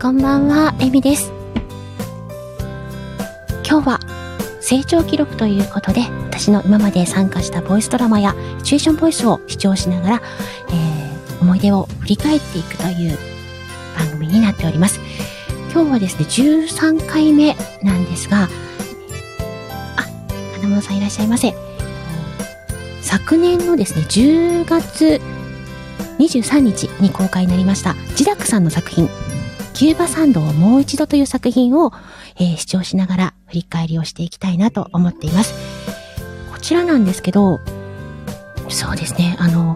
こんばんは、エミです。今日は成長記録ということで、私の今まで参加したボイスドラマやシチュエーションボイスを視聴しながら、思い出を振り返っていくという番組になっております。今日はですね、13回目なんですが、金物さんいらっしゃいませ。昨年のですね、10月23日に公開になりましたジダックさんの作品キューバサンドをもう一度という作品を、視聴しながら振り返りをしていきたいなと思っています。こちらなんですけど、そうですね、はい、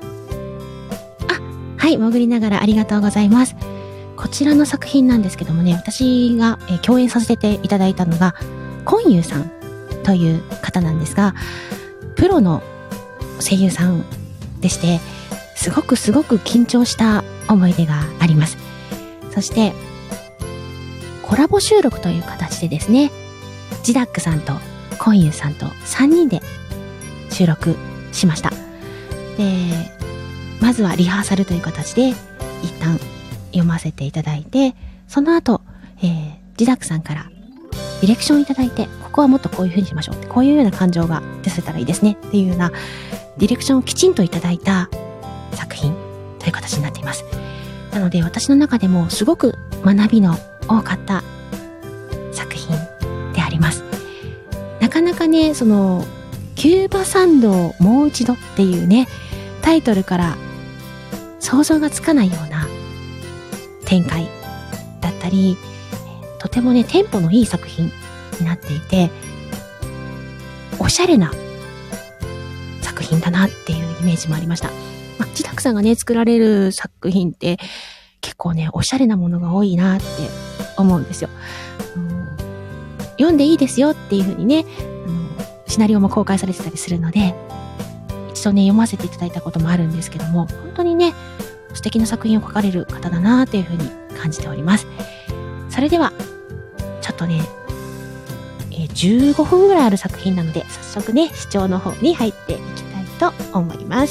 潜りながらありがとうございます。こちらの作品なんですけどもね、私が、共演させていただいたのがコンユーさんという方なんですが、プロの声優さんでして、すごく緊張した思い出があります。そしてコラボ収録という形でですね、ジダックさんとコンユーさんと3人で収録しました。で、まずはリハーサルという形で一旦読ませていただいて、その後、ジダックさんからディレクションいただいて、ここはもっとこういう風にしましょうって、こういうような感情が出せたらいいですねっていうようなディレクションをきちんといただいた作品という形になっています。なので私の中でもすごく学びの多かった作品であります。なかなかね、そのキューバサンドをもう一度っていうね、タイトルから想像がつかないような展開だったり、とてもねテンポのいい作品になっていて、おしゃれな作品だなっていうイメージもありました。ジダックさんがね作られる作品って結構ねおしゃれなものが多いなって思うんですよ。読んでいいですよっていう風にね、シナリオも公開されてたりするので、一度ね読ませていただいたこともあるんですけども、本当にね素敵な作品を書かれる方だなっていう風に感じております。それではちょっとね、15分ぐらいある作品なので、早速ね視聴の方に入っていきたいと思います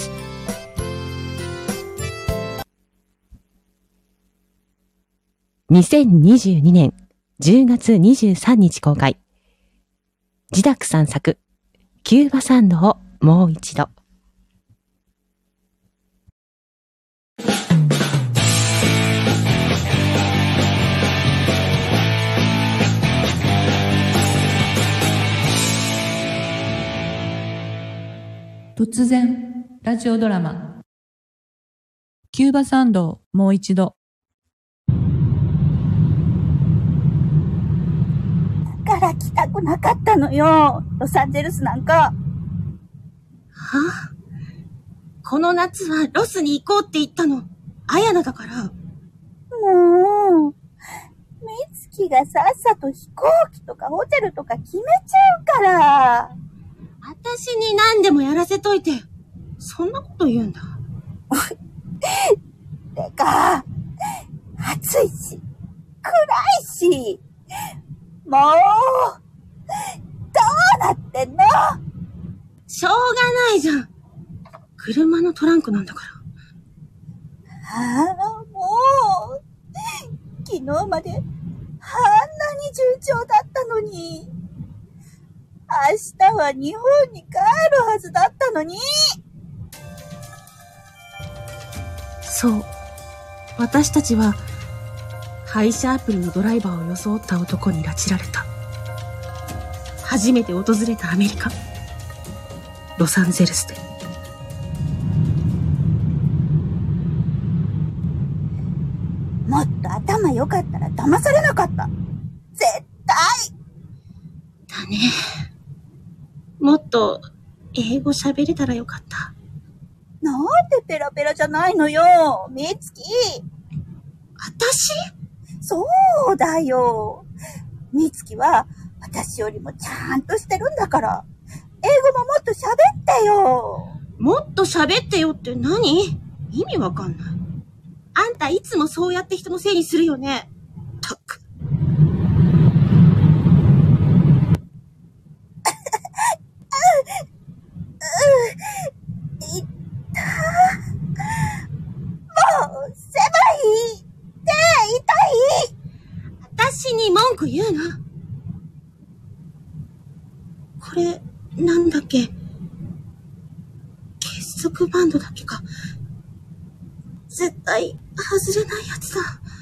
。2022年10月23日公開、ジダックさん作キューバサンドをもう一度。 突然ラジオドラマキューバサンドをもう一度。 だから来たくなかったのよ、ロサンゼルスなんか。 この夏はロスに行こうって言ったのアヤナだから。 もう美月がさっさと飛行機とかホテルとか決めちゃうから。 私に何でもやらせといて、そんなこと言うんだ。 てか暑いし暗いし、もうどうなってんの？ しょうがないじゃん。車のトランクなんだから。 もう昨日まであんなに順調だったのに、明日は日本に帰るはずだったのに。 そう、私たちは配車アプリのドライバーを装った男に拉致られた。初めて訪れたアメリカ、ロサンゼルスで。 もっと頭良かったら騙されなかった。絶対だね。もっと英語喋れたらよかった。 なんでペラペラじゃないのよ、美月。 私？ そうだよ。美月は私よりもちゃんとしてるんだから、英語ももっと喋ってよ。 もっと喋ってよって何？意味わかんない。あんたいつもそうやって人のせいにするよね。たく。 もう狭い。手痛い。 を言うな。これ、なんだっけ。結束バンドだっけか。絶対、外れないやつだ。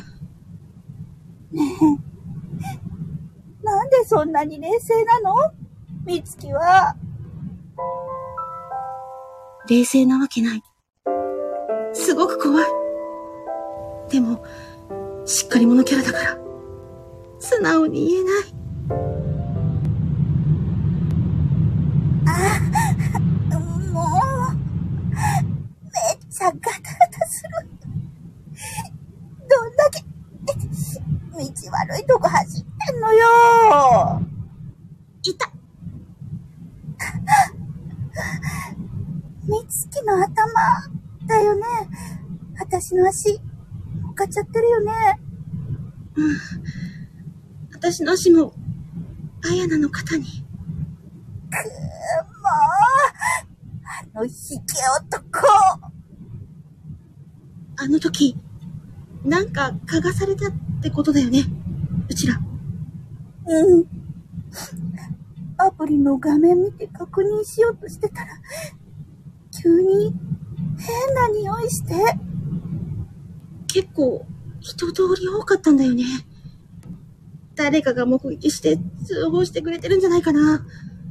ねえ。なんでそんなに冷静なの？美月は。 冷静なわけない。すごく怖い。でも、しっかり者キャラだから、素直に言えない。 もう、めっちゃガタガタする。どんだけ、道悪いとこ走ってんのよ。 いた。 美月の頭だよね。私の足、乗っかっちゃってるよね。 うん。私の足も、あやなの肩に。 もう、あのひげ男。 あの時、なんか嗅がされたってことだよね、うちら。 うん。アプリの画面見て確認しようとしてたら、急に変な匂いして。 結構人通り多かったんだよね。誰かが目撃して通報してくれてるんじゃないかな。 通報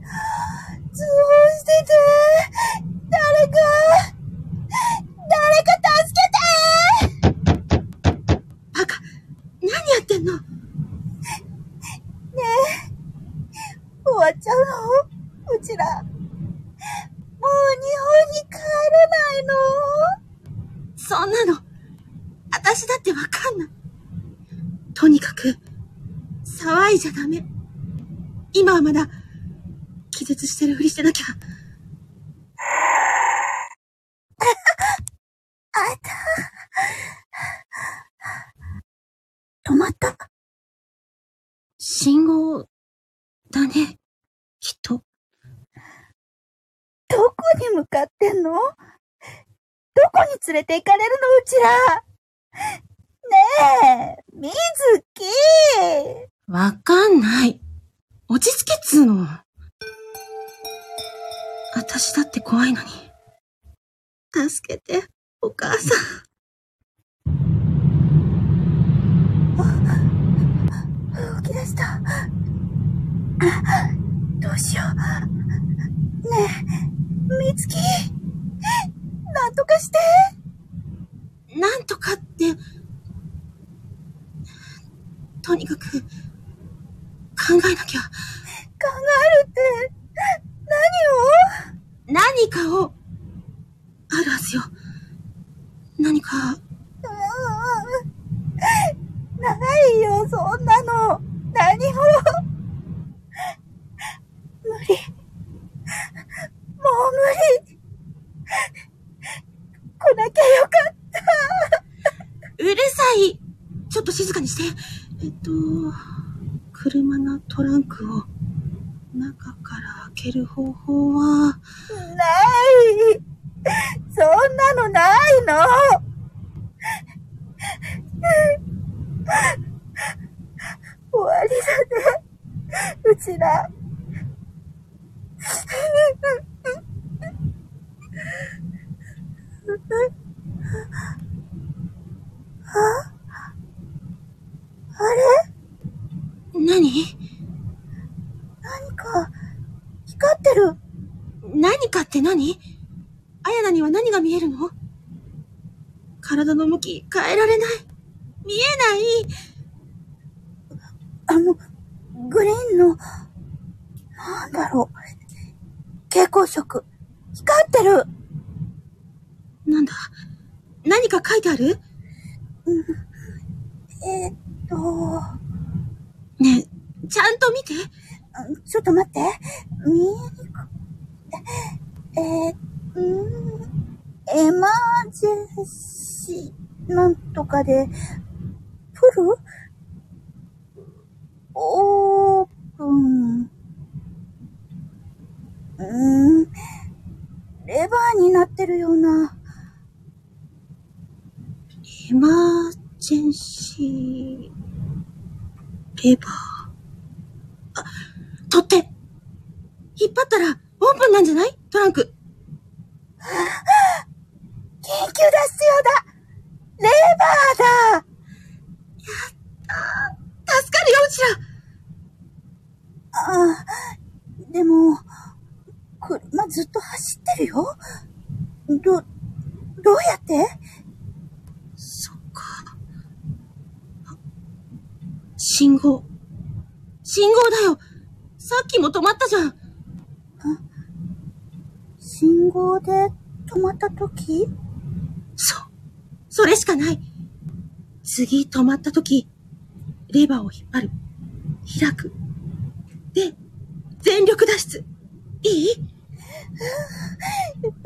してて、誰か助けて。 バカ、何やってんの？ ねえ、終わっちゃうの？うちら、もう日本に帰れないの？ そんなの、私だってわかんない。とにかく、騒いじゃダメ。今はまだ、気絶してるふりしてなきゃ。 あった。止まった。 信号、だね、きっと。 どこに向かってんの？どこに連れて行かれるの？うちら。ねえ、みずき。 わかんない。落ち着けっつーの。私だって怖いのに。助けて、お母さん。 動き出した。どうしよう。ねえ、みつき。なんとかして。 なんとかって、とにかく、考えなきゃ。 考えるって、 何かを、あるはずよ。何か。 ないよ、そんなの。何も。無理。もう無理。来なきゃよかった。 うるさい。ちょっと静かにして。車のトランクを中から開ける方法は。 ない。そんなのないの。終わりだね。うちら。あれ？ 何か光ってる。 何かって何？あやなには何が見えるの？体の向き変えられない。見えない。 グリーンの、なんだろう。蛍光色。光ってる。 なんだ？何か書いてある？ねえ、ちゃんと見て。 ちょっと待って。見えにくエマージェンシーなんとかで、プル？オープン。レバーになってるような。 エマージェンシーレバー。 取って。引っ張ったらオープンなんじゃない？トランク。 緊急脱出用だ。レバーだ。 やったー。助かるよ、うちら。 ああ、でも、車ずっと走ってるよ。どうやって？ そっか。信号だよ。さっきも止まったじゃん。 信号で止まったとき？ それしかない。次止まったとき、レバーを引っ張る。開く。で、全力脱出。いい？ 無理。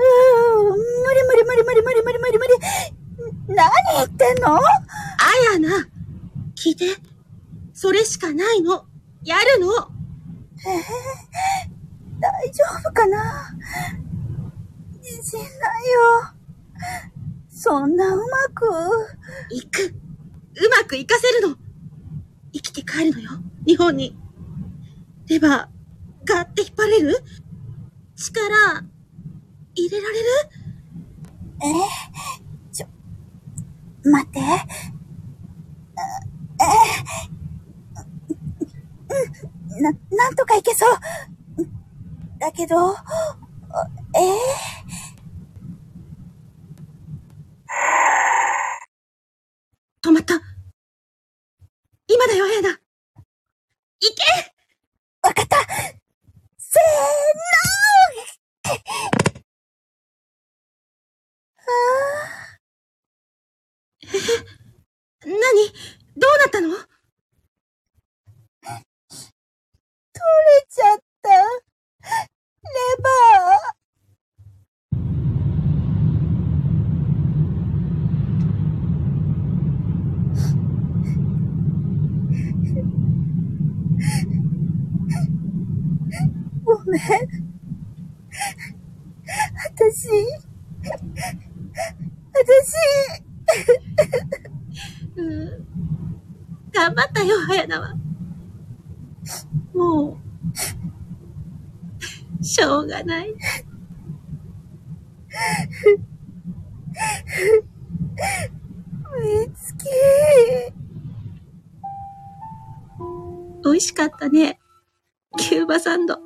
何言ってんの？ あやな、聞いて。それしかないの。やるの。 大丈夫かな？自信ないよ。そんなうまくいかせるの。生きて帰るのよ、日本に。レバー、ガーって引っ張れる？力、入れられる？ 待って。なんとかいけそう。だけど、 止まった。今だよ、やだ。行け！ わかった。せーの！ 何？どうなったの？ 取れちゃった。レバー。ごめん。私。 頑張ったよ、早菜は。もう、しょうがない。 みつき。 美味しかったね。キューバサンド。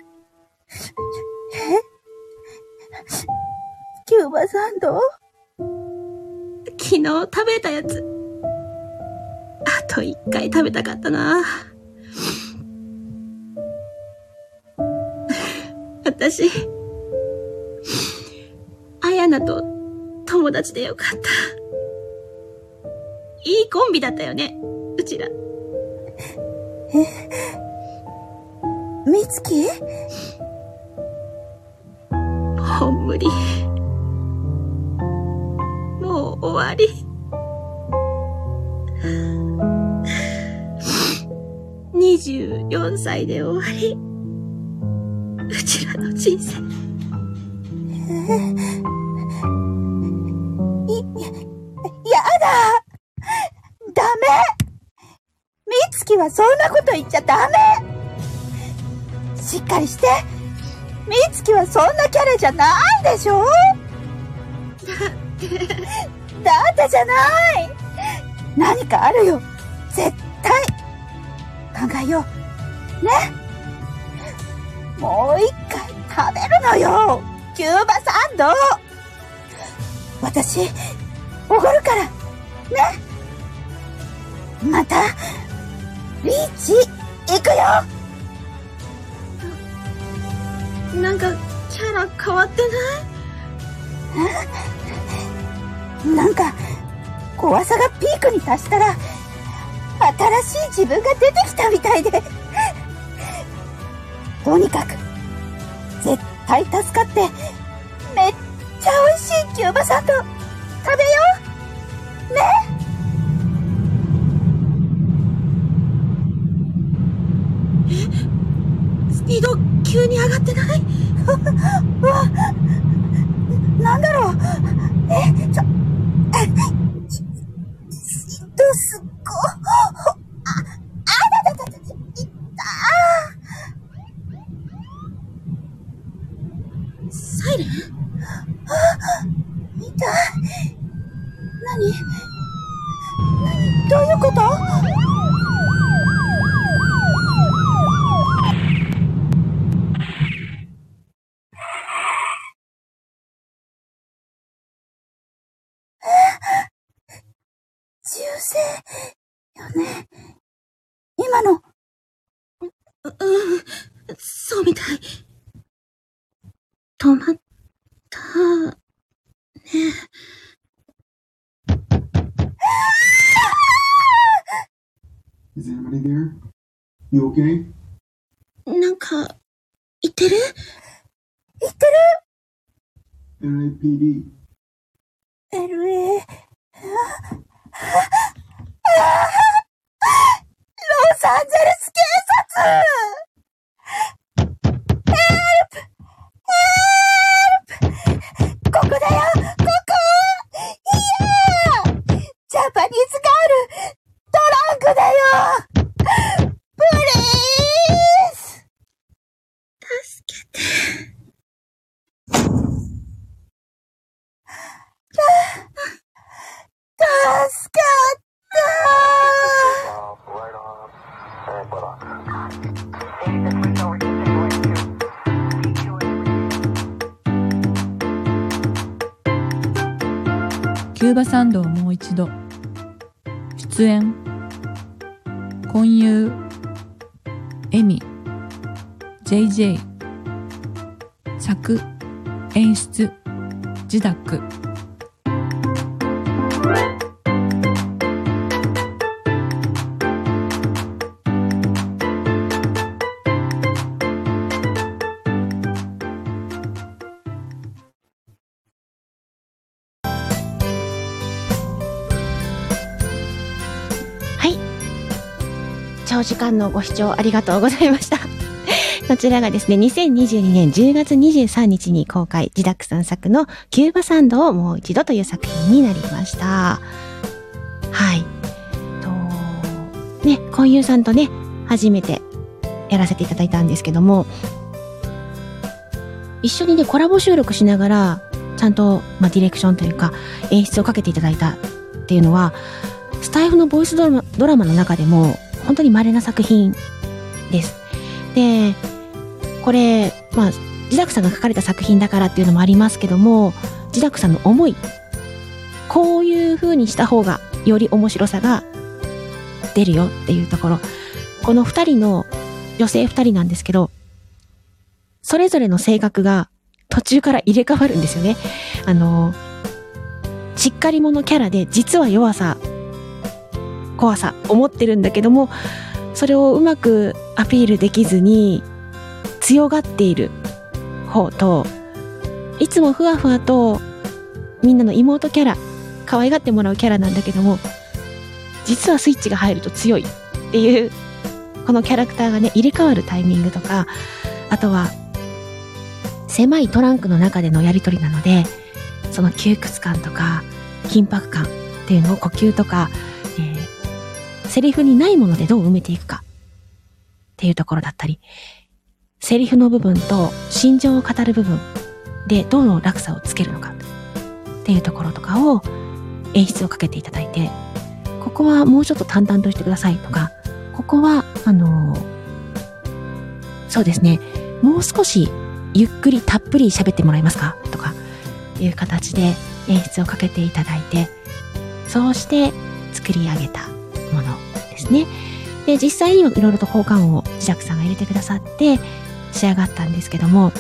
キューバサンド？ 昨日食べたやつ。あと一回食べたかったな。私、あやなと友達でよかった。いいコンビだったよね、うちら。 みつき？ ほん無理。もう終わり。24歳で終わり。うちらの人生。 やだ！ダメ！みつきはそんなこと言っちゃダメ！しっかりして！みつきはそんなキャラじゃないでしょ？だってじゃない！何かあるよ！絶対！考えよう。ね？もう一回食べるのよ！キューバサンド！私、おごるから！ね？また、リーチ、行くよ！ なんか、キャラ変わってない？ なんか、怖さがピークに達したら、新しい自分が出てきたみたいで。とにかく、絶対助かって、めっちゃ美味しいキューバサンド、食べよう！ね？ スピード急に上がってない？ なんだろう？すっごい。あだだだだ、いった。 サイレン？ 痛い。どういうこと？銃声よね。今の。 そうみたい。止まったね。 Is anybody there? You okay? なんか、言ってる？ 言ってる？ LAPD. LA。ロサンゼルス警察！ここだよ！ここ！いや！ジャパニーズガール！トランクだよ！プリーズ！ 助けて。 助かったキューバサンドをもう一度。出演婚友エミ JJ 作演出ジダック。 長時間のご視聴ありがとうございました。こちらがですね、2022年10月23日に公開、ジダックさん作のキューバサンドをもう一度という作品になりました。はい。婚友さんとね、初めてやらせていただいたんですけども、一緒にね、コラボ収録しながら、ちゃんと、ディレクションというか、演出をかけていただいたっていうのは、スタイフのボイスドラマの中でも、本当に稀な作品です。で、これ、ジダックさんが書かれた作品だからっていうのもありますけども、ジダックさんの思い、こういう風にした方がより面白さが出るよっていうところ、この二人の女性二人なんですけど、それぞれの性格が途中から入れ替わるんですよね。しっかり者キャラで実は弱さ、怖さ思ってるんだけども、それをうまくアピールできずに強がっている方と、いつもふわふわとみんなの妹キャラ、可愛がってもらうキャラなんだけども、実はスイッチが入ると強いっていうこのキャラクターがね、入れ替わるタイミングとか、あとは狭いトランクの中でのやりとりなので、その窮屈感とか緊迫感っていうのを呼吸とか、セリフにないものでどう埋めていくかっていうところだったり、セリフの部分と心情を語る部分でどの落差をつけるのかっていうところとかを演出をかけていただいて、ここはもうちょっと淡々としてくださいとか、ここはそうですね、もう少しゆっくりたっぷり喋ってもらえますかとかいう形で演出をかけていただいて、そうして作り上げたものですね。で、実際にはいろいろと効果音をジダックさんが入れてくださって仕上がったんですけども、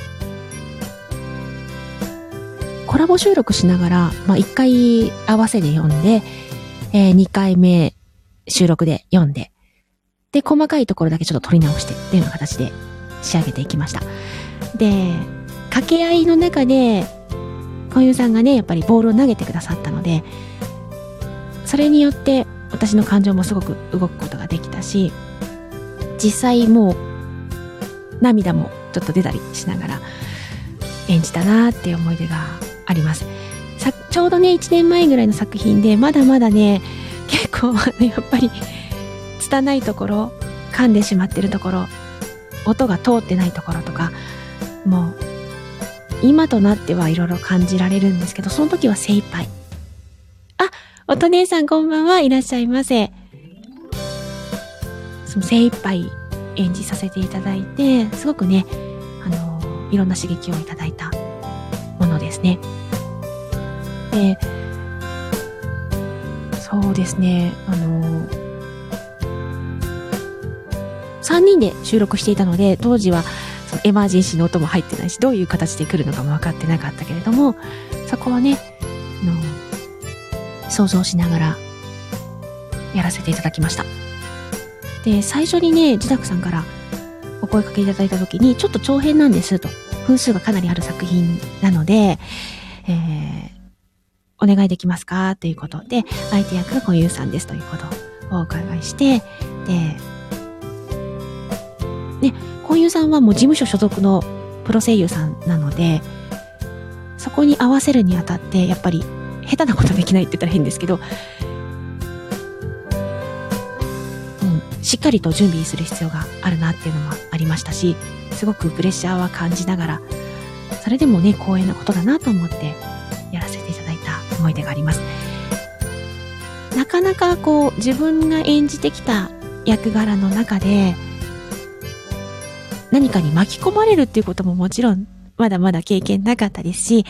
コラボ収録しながら、1回合わせで読んで、2回目収録で読んで、で、細かいところだけちょっと取り直してっていうような形で仕上げていきました。で、掛け合いの中で婚友さんがね、やっぱりボールを投げてくださったので、それによって私の感情もすごく動くことができたし、実際もう涙もちょっと出たりしながら演じたなーっていう思い出があります。ちょうどね、1年前ぐらいの作品で、まだまだね、結構やっぱり拙いところ、噛んでしまってるところ、音が通ってないところとか、もう今となってはいろいろ感じられるんですけど、その時は精一杯。あ、音姉さんこんばんは、いらっしゃいませ。その精一杯演じさせていただいて、すごくね、いろんな刺激をいただいたものですね。で、そうですね、3人で収録していたので、当時はそのエマージェンシーの音も入ってないし、どういう形で来るのかも分かってなかったけれども、そこはね、想像しながらやらせていただきました。で、最初にね、ジダクさんからお声かけいただいた時に、ちょっと長編なんですと、分数がかなりある作品なので、お願いできますかということで、相手役が小優さんですということをお伺いして、で、ね、小優さんはもう事務所所属のプロ声優さんなので、そこに合わせるにあたって、やっぱり下手なことできないって言ったら変ですけど、しっかりと準備する必要があるなっていうのもありましたし、すごくプレッシャーは感じながら、それでもね、光栄なことだなと思ってやらせていただいた思い出があります。なかなかこう自分が演じてきた役柄の中で何かに巻き込まれるっていうことももちろんまだまだ経験なかったですし、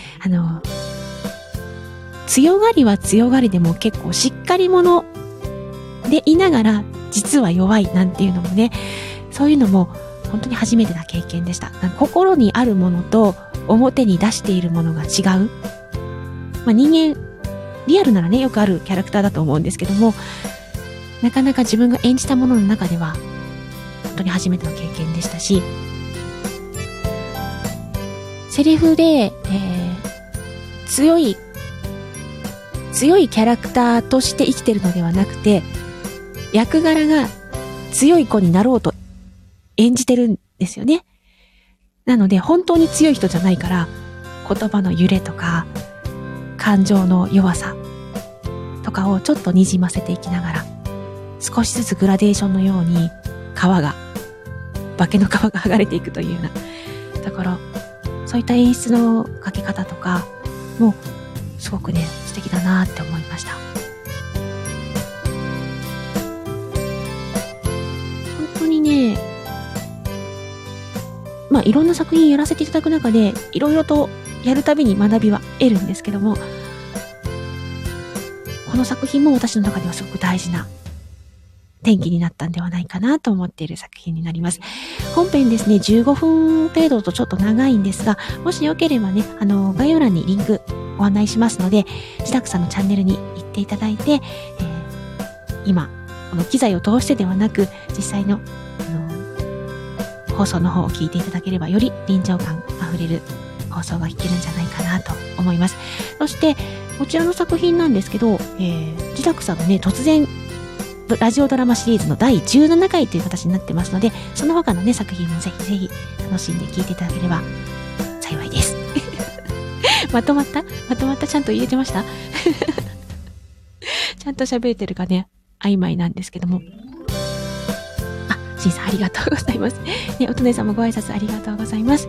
強がりは強がりでも結構しっかり者でいながら実は弱いなんていうのもね、そういうのも本当に初めてな経験でした。心にあるものと表に出しているものが違う。人間、リアルならね、よくあるキャラクターだと思うんですけども、なかなか自分が演じたものの中では本当に初めての経験でしたし、セリフで、強いキャラクターとして生きてるのではなくて、役柄が強い子になろうと演じてるんですよね。なので本当に強い人じゃないから、言葉の揺れとか感情の弱さとかをちょっとにじませていきながら、少しずつグラデーションのように化けの皮が剥がれていくというようなところ、そういった演出のかけ方とかもすごくね、素敵だなって思いました。本当にね、いろんな作品やらせていただく中で、いろいろとやるたびに学びは得るんですけども、この作品も私の中ではすごく大事な転機になったんではないかなと思っている作品になります。本編ですね、15分程度とちょっと長いんですが、もしよければね、概要欄にリンクご案内しますので、ジダクさんのチャンネルに行っていただいて、今、この機材を通してではなく、実際の、放送の方を聞いていただければ、より臨場感あふれる放送が聞けるんじゃないかなと思います。そして、こちらの作品なんですけど、ジダクさんがね、突然、ラジオドラマシリーズの第17回という形になってますので、その他のね、作品もぜひぜひ楽しんで聞いていただければ幸いです。まとまったちゃんと言えてましたちゃんと喋れてるかね、曖昧なんですけども。しんさんありがとうございます。ね、おとねさんもご挨拶ありがとうございます。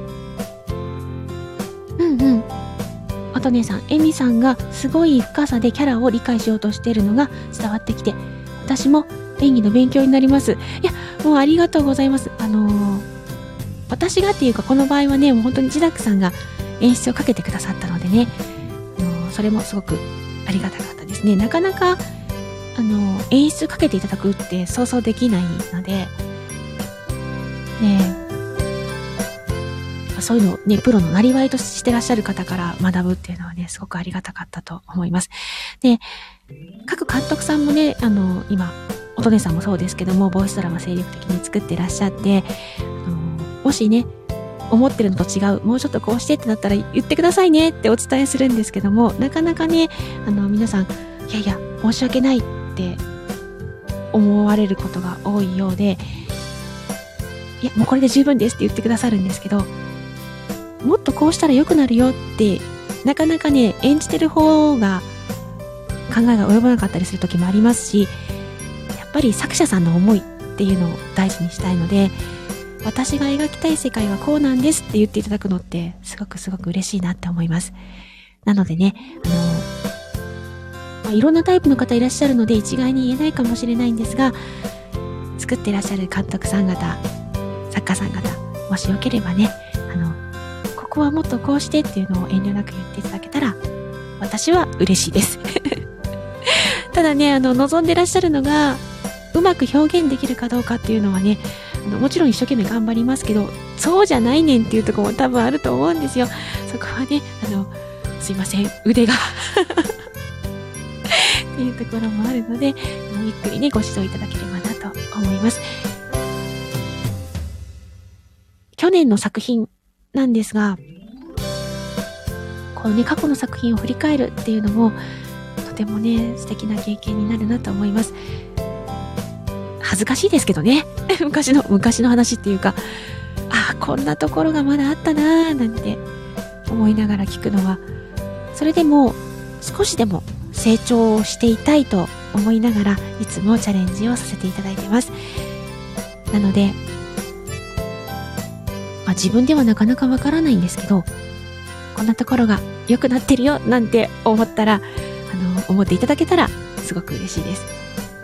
おとねさん、エミさんがすごい深さでキャラを理解しようとしているのが伝わってきて、私も演技の勉強になります。いや、もうありがとうございます。私がっていうか、この場合はね、もう本当にジダクさんが演出をかけてくださったのでね、それもすごくありがたかったですね。なかなか、演出かけていただくって想像できないので、ね、そういうのをね、プロのなりわいとしてらっしゃる方から学ぶっていうのはね、すごくありがたかったと思います。で、各監督さんもね、今、おとねさんもそうですけども、ボイスドラマ精力的に作ってらっしゃって、もしね、思ってるのと違う、もうちょっとこうしてってなったら言ってくださいねってお伝えするんですけども、なかなかね、皆さん、いや、申し訳ないって思われることが多いようで、いや、もうこれで十分ですって言ってくださるんですけど、もっとこうしたら良くなるよって、なかなかね、演じてる方が考えが及ばなかったりする時もありますし、やっぱり作者さんの思いっていうのを大事にしたいので、 私が描きたい世界はこうなんですって言っていただくのってすごく嬉しいなって思います。なのでね、いろんなタイプの方いらっしゃるので一概に言えないかもしれないんですが、作ってらっしゃる監督さん方、作家さん方、もしよければね、ここはもっとこうしてっていうのを遠慮なく言っていただけたら私は嬉しいですただね、望んでらっしゃるのがうまく表現できるかどうかっていうのはね、もちろん一生懸命頑張りますけど、そうじゃないねんっていうところも多分あると思うんですよ。そこはね、すいません、腕がっていうところもあるので、ゆっくりね、ご指導いただければなと思います。去年の作品なんですが、このね、過去の作品を振り返るっていうのもとてもね、素敵な経験になるなと思います。恥ずかしいですけどね昔の話っていうか、こんなところがまだあったなーなんて思いながら聞くのは、それでも少しでも成長をしていたいと思いながらいつもチャレンジをさせていただいています。なので、自分ではなかなかわからないんですけど、こんなところが良くなってるよなんて思ったら、思っていただけたらすごく嬉しいです。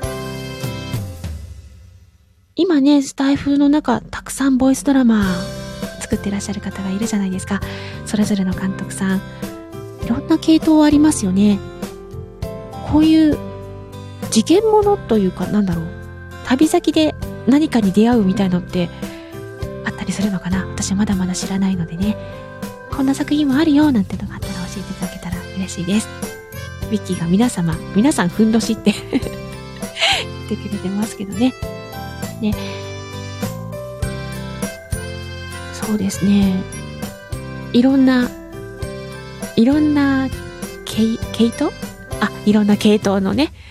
今ね、スタイフの中たくさんボイスドラマ作ってらっしゃる方がいるじゃないですか。それぞれの監督さん、いろんな系統ありますよね。こういう事件ものというか、旅先で何かに出会うみたいのってあったりするのかな。私はまだまだ知らないのでね、こんな作品もあるよなんてのがあったら教えていただけたら嬉しいです。ウィッキーが皆さんふんどしって言ってくれてますけどね。ね、そうですね。いろんな系統？いろんな系統のね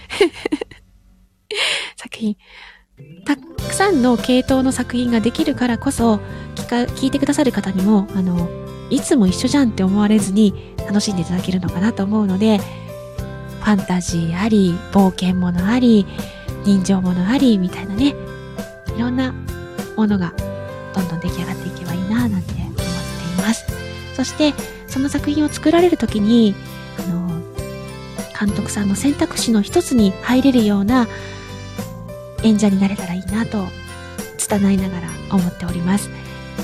作品、たくさんの系統の作品ができるからこそ、聞いてくださる方にもいつも一緒じゃんって思われずに楽しんでいただけるのかなと思うので、ファンタジーあり、冒険ものあり、人情ものありみたいなね、いろんなものがどんどん出来上がっていけばいいななんて思っています。そしてその作品を作られるときに監督さんの選択肢の一つに入れるような演者になれたらいいなと拙いながら思っております。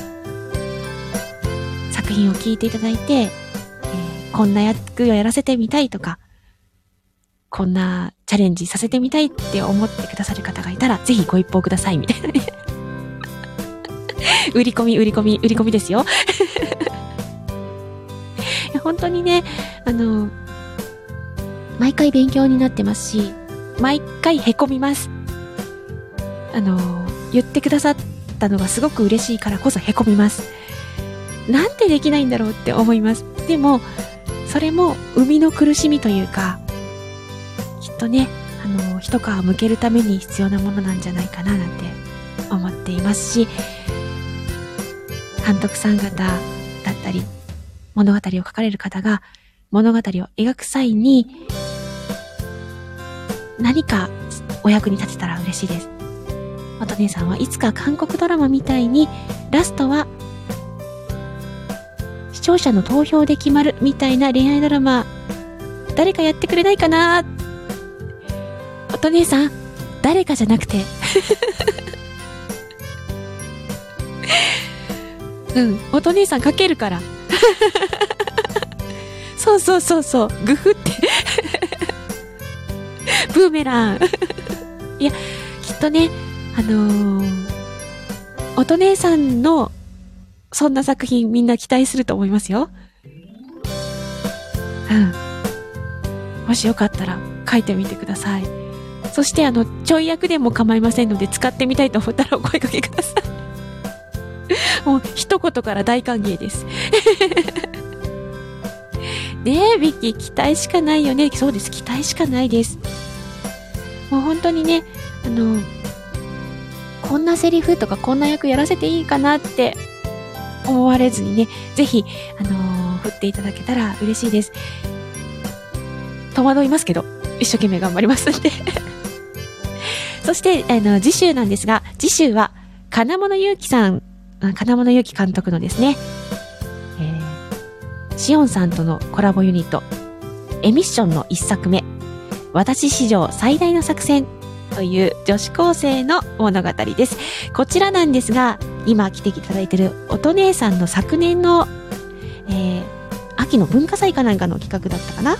作品を聞いていただいて、こんな役をやらせてみたいとか、こんなチャレンジさせてみたいって思ってくださる方がいたら、ぜひご一報くださいみたいなね売り込みですよ本当にね、毎回勉強になってますし、毎回凹みます。言ってくださったのがすごく嬉しいからこそ凹みます。なんでできないんだろうって思います。でもそれも生みの苦しみというか、きっとね、一皮むけるために必要なものなんじゃないかななんて思っていますし、監督さん方だったり物語を書かれる方が物語を描く際に何かお役に立てたら嬉しいです。乙姉さんはいつか韓国ドラマみたいにラストは視聴者の投票で決まるみたいな恋愛ドラマ、誰かやってくれないかな。乙姉さん、誰かじゃなくて乙姉さん書けるからそうグフってブーメランいや、きっとね、乙姉さんのそんな作品みんな期待すると思いますよ。もしよかったら書いてみてください。そしてちょい役でも構いませんので、使ってみたいと思ったらお声掛けくださいもう一言から大歓迎ですねえ、ビッキー、期待しかないよね。そうです、期待しかないです。もう本当にね、こんなセリフとかこんな役やらせていいかなって思われずにね、ぜひ振っていただけたら嬉しいです。戸惑いますけど一生懸命頑張りますんでそして次週なんですが、次週は金物ゆうきさん金物ゆき監督のですね、シオンさんとのコラボユニット、エミッションの一作目、私史上最大の作戦という女子高生の物語です。こちらなんですが、今来ていただいている音姉さんの昨年の、秋の文化祭かなんかの企画だったかな、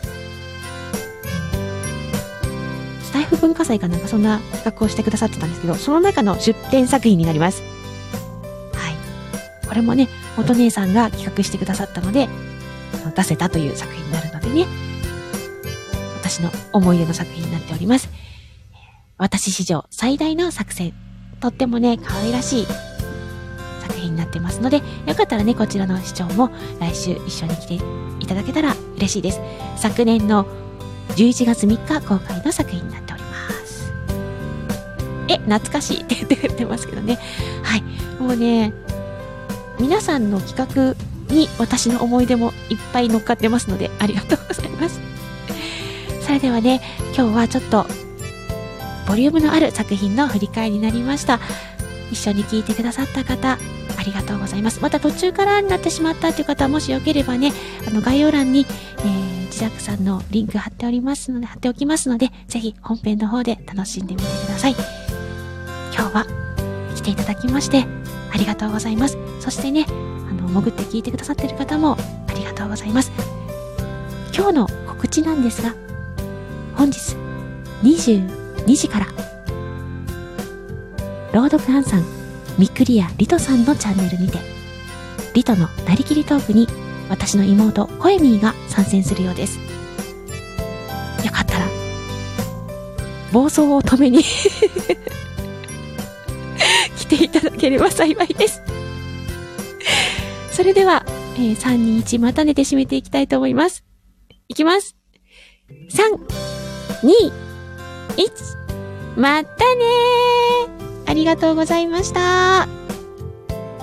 スタイフ文化祭かなんかそんな企画をしてくださってたんですけど、その中の出展作品になります。はい。これもね、音姉さんが企画してくださったので、出せたという作品になるのでね、私の思い出の作品になっております。私史上最大の作戦。とってもね、可愛らしい作品になってますので、よかったらね、こちらの視聴も来週一緒に来ていただけたら嬉しいです。昨年の11月3日公開の作品になっております。懐かしいって言ってくれてますけどね。はい。もうね、皆さんの企画に私の思い出もいっぱい乗っかってますので、ありがとうございます。それではね、今日はちょっとボリュームのある作品の振り返りになりました。一緒に聞いてくださった方、ありがとうございます。また途中からになってしまったという方、もしよければね、概要欄に、自宅さんのリンク貼っておきますので、ぜひ本編の方で楽しんでみてください。今日は来ていただきましてありがとうございます。そしてね、潜って聞いてくださっている方もありがとうございます。今日の告知なんですが、本日22時から朗読アンさん、ミクリアリトさんのチャンネルにて、リトのなりきりトークに私の妹コエミーが参戦するようです。よかったら暴走を止めに来ていただければ幸いです。それでは、3、2、1、また寝て締めていきたいと思います。いきます。3、2、1、またねー。ありがとうございました。